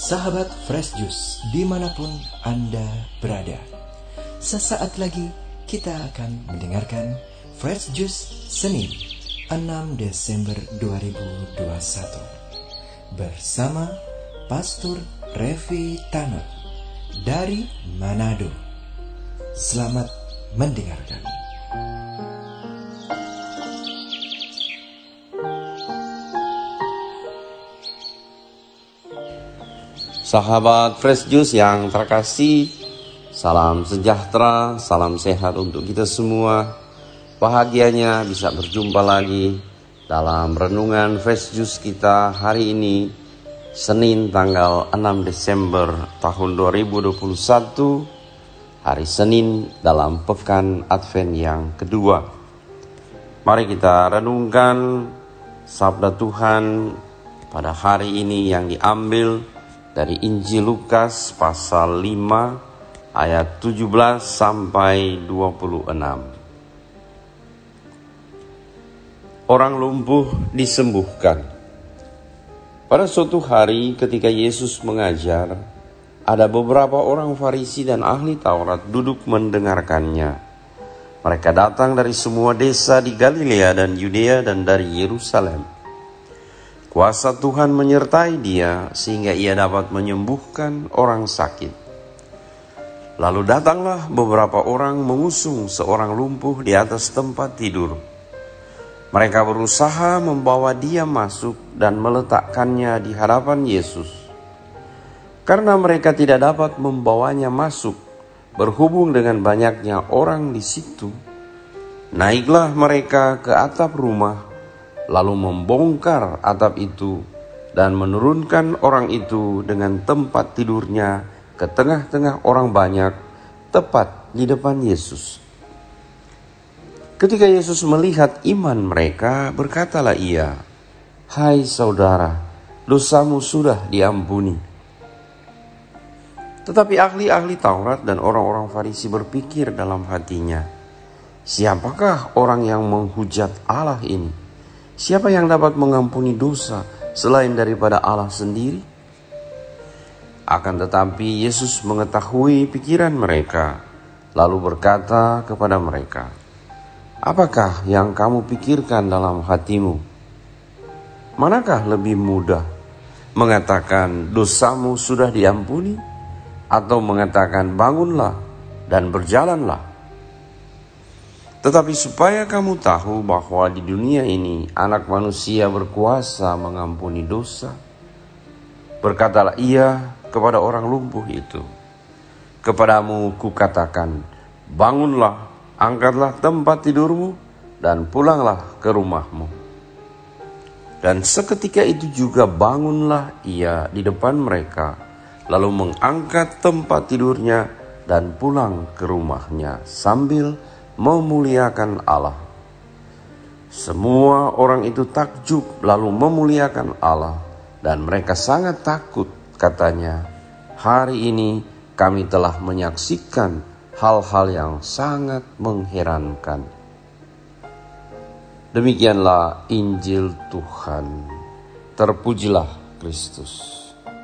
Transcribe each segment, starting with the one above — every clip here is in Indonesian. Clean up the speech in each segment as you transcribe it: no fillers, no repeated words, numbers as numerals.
Sahabat Fresh Juice dimanapun Anda berada, sesaat lagi kita akan mendengarkan Fresh Juice Senin 6 Desember 2021 bersama Pastor Revi Tanot dari Manado. Selamat mendengarkan. Sahabat Fresh Juice yang terkasih, salam sejahtera, salam sehat untuk kita semua. Bahagianya bisa berjumpa lagi dalam renungan Fresh Juice kita hari ini, Senin tanggal 6 Desember tahun 2021, hari Senin dalam pekan Advent yang kedua. Mari kita renungkan sabda Tuhan pada hari ini yang diambil dari Injil Lukas pasal 5 ayat 17 sampai 26. Orang lumpuh disembuhkan. Pada suatu hari ketika Yesus mengajar, ada beberapa orang Farisi dan ahli Taurat duduk mendengarkannya. Mereka datang dari semua desa di Galilea dan Yudea dan dari Yerusalem. Kuasa Tuhan menyertai dia sehingga ia dapat menyembuhkan orang sakit. Lalu datanglah beberapa orang mengusung seorang lumpuh di atas tempat tidur. Mereka berusaha membawa dia masuk dan meletakkannya di hadapan Yesus. Karena mereka tidak dapat membawanya masuk berhubung dengan banyaknya orang di situ, naiklah mereka ke atap rumah, lalu membongkar atap itu dan menurunkan orang itu dengan tempat tidurnya ke tengah-tengah orang banyak, tepat di depan Yesus. Ketika Yesus melihat iman mereka, berkatalah ia, "Hai saudara, dosamu sudah diampuni." Tetapi ahli-ahli Taurat dan orang-orang Farisi berpikir dalam hatinya, "Siapakah orang yang menghujat Allah ini? Siapa yang dapat mengampuni dosa selain daripada Allah sendiri?" Akan tetapi Yesus mengetahui pikiran mereka, lalu berkata kepada mereka, "Apakah yang kamu pikirkan dalam hatimu? Manakah lebih mudah, mengatakan dosamu sudah diampuni, atau mengatakan bangunlah dan berjalanlah? Tetapi supaya kamu tahu bahwa di dunia ini Anak Manusia berkuasa mengampuni dosa," berkatalah ia kepada orang lumpuh itu, "Kepadamu kukatakan, bangunlah, angkatlah tempat tidurmu, dan pulanglah ke rumahmu." Dan seketika itu juga bangunlah ia di depan mereka, lalu mengangkat tempat tidurnya dan pulang ke rumahnya sambil memuliakan Allah. Semua orang itu takjub lalu memuliakan Allah, dan mereka sangat takut, katanya, "Hari ini kami telah menyaksikan hal-hal yang sangat mengherankan." Demikianlah Injil Tuhan. Terpujilah Kristus.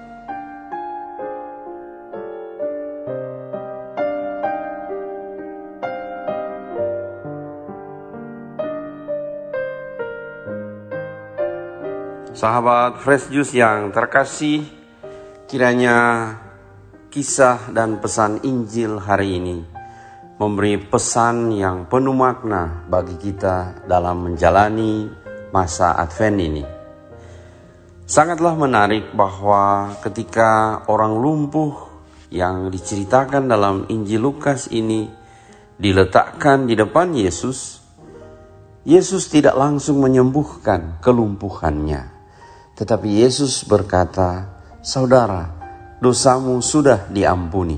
Sahabat Fresh Juice yang terkasih, kiranya kisah dan pesan Injil hari ini memberi pesan yang penuh makna bagi kita dalam menjalani masa Advent ini. Sangatlah menarik bahwa ketika orang lumpuh yang diceritakan dalam Injil Lukas ini diletakkan di depan Yesus, Yesus tidak langsung menyembuhkan kelumpuhannya. Tetapi Yesus berkata, "Saudara, dosamu sudah diampuni."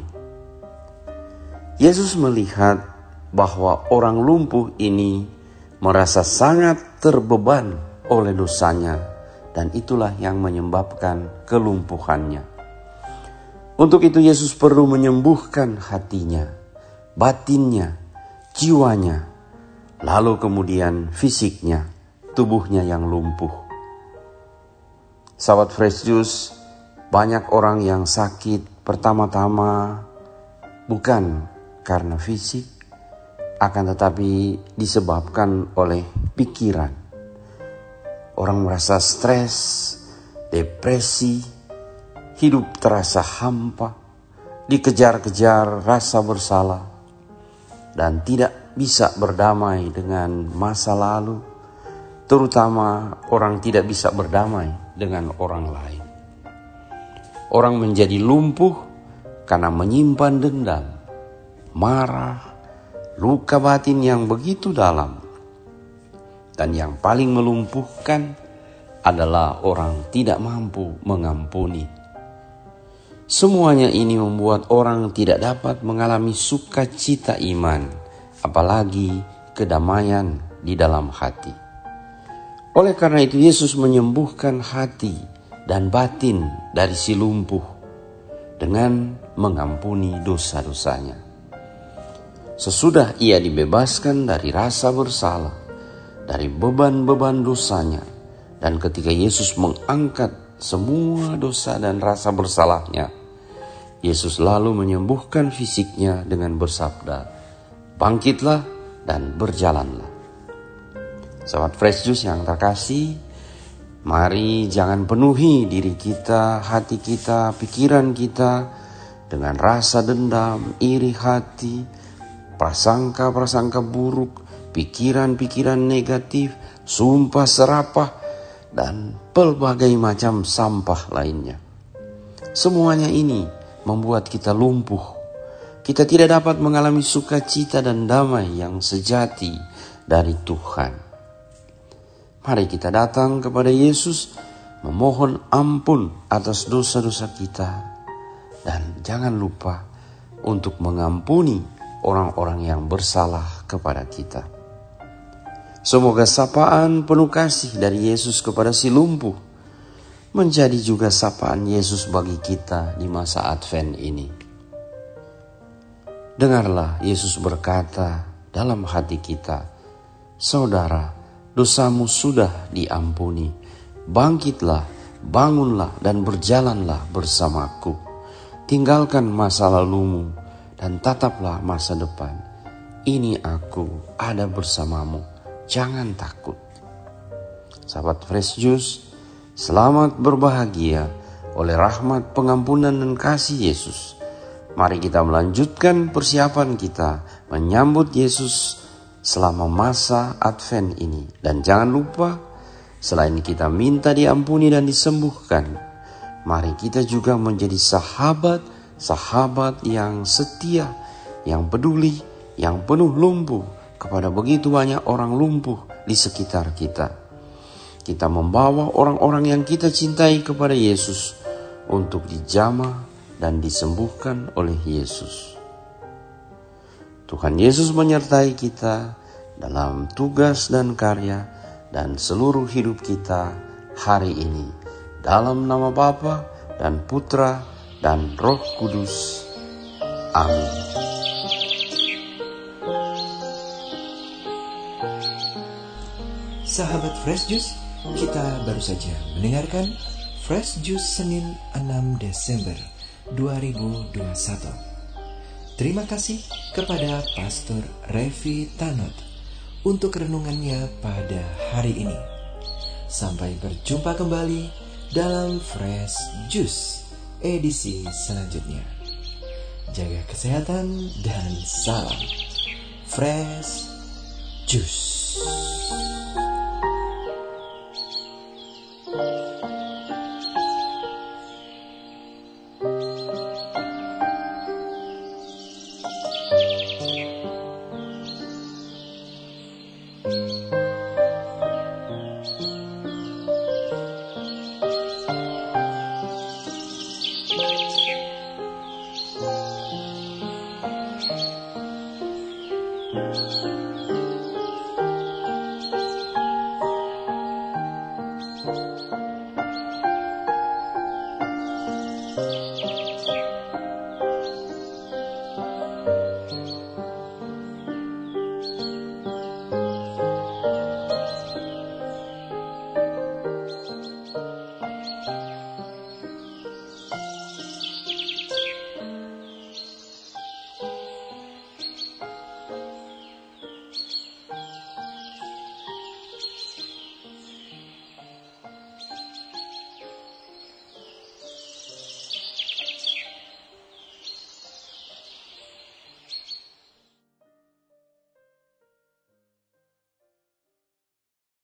Yesus melihat bahwa orang lumpuh ini merasa sangat terbeban oleh dosanya, dan itulah yang menyebabkan kelumpuhannya. Untuk itu Yesus perlu menyembuhkan hatinya, batinnya, jiwanya, lalu kemudian fisiknya, tubuhnya yang lumpuh. Sahabat Fresh Juice, Banyak orang yang sakit pertama-tama bukan karena fisik, akan tetapi disebabkan oleh pikiran. Orang merasa stres, depresi, hidup terasa hampa, dikejar-kejar rasa bersalah, dan tidak bisa berdamai dengan masa lalu, terutama orang tidak bisa berdamai dengan orang lain. Orang menjadi lumpuh karena menyimpan dendam, marah, luka batin yang begitu dalam. Dan yang paling melumpuhkan adalah orang tidak mampu mengampuni. Semuanya ini membuat orang tidak dapat mengalami sukacita iman, apalagi kedamaian di dalam hati. Oleh karena itu Yesus menyembuhkan hati dan batin dari si lumpuh dengan mengampuni dosa-dosanya. Sesudah ia dibebaskan dari rasa bersalah, dari beban-beban dosanya, dan ketika Yesus mengangkat semua dosa dan rasa bersalahnya, Yesus lalu menyembuhkan fisiknya dengan bersabda, "Bangkitlah dan berjalanlah." Sahabat Fresh Juice yang terkasih, mari jangan penuhi diri kita, hati kita, pikiran kita dengan rasa dendam, iri hati, prasangka-prasangka buruk, pikiran-pikiran negatif, sumpah serapah, dan pelbagai macam sampah lainnya. Semuanya ini membuat kita lumpuh. Kita tidak dapat mengalami sukacita dan damai yang sejati dari Tuhan. Mari kita datang kepada Yesus, memohon ampun atas dosa-dosa kita, dan jangan lupa untuk mengampuni orang-orang yang bersalah kepada kita. Semoga sapaan penuh kasih dari Yesus kepada si lumpuh menjadi juga sapaan Yesus bagi kita di masa Advent ini. Dengarlah Yesus berkata dalam hati kita, "Saudara, dosamu sudah diampuni. Bangkitlah, bangunlah dan berjalanlah bersamaku. Tinggalkan masa lalumu dan tataplah masa depan. Ini aku ada bersamamu. Jangan takut." Sahabat Fresh Juice, selamat berbahagia oleh rahmat pengampunan dan kasih Yesus. Mari kita melanjutkan persiapan kita menyambut Yesus selama masa Advent ini. Dan jangan lupa, selain kita minta diampuni dan disembuhkan, mari kita juga menjadi sahabat yang setia, yang peduli, yang penuh lumpuh kepada begitu banyak orang lumpuh di sekitar kita. Kita membawa orang-orang yang kita cintai kepada Yesus untuk dijamah dan disembuhkan oleh Yesus. Tuhan Yesus menyertai kita dalam tugas dan karya dan seluruh hidup kita hari ini. Dalam nama Bapa dan Putra dan Roh Kudus. Amin. Sahabat Fresh Juice, kita baru saja mendengarkan Fresh Juice Senin 6 Desember 2021. Terima kasih kepada Pastor Revi Tanot untuk renungannya pada hari ini. Sampai berjumpa kembali dalam Fresh Juice edisi selanjutnya. Jaga kesehatan dan salam Fresh Juice.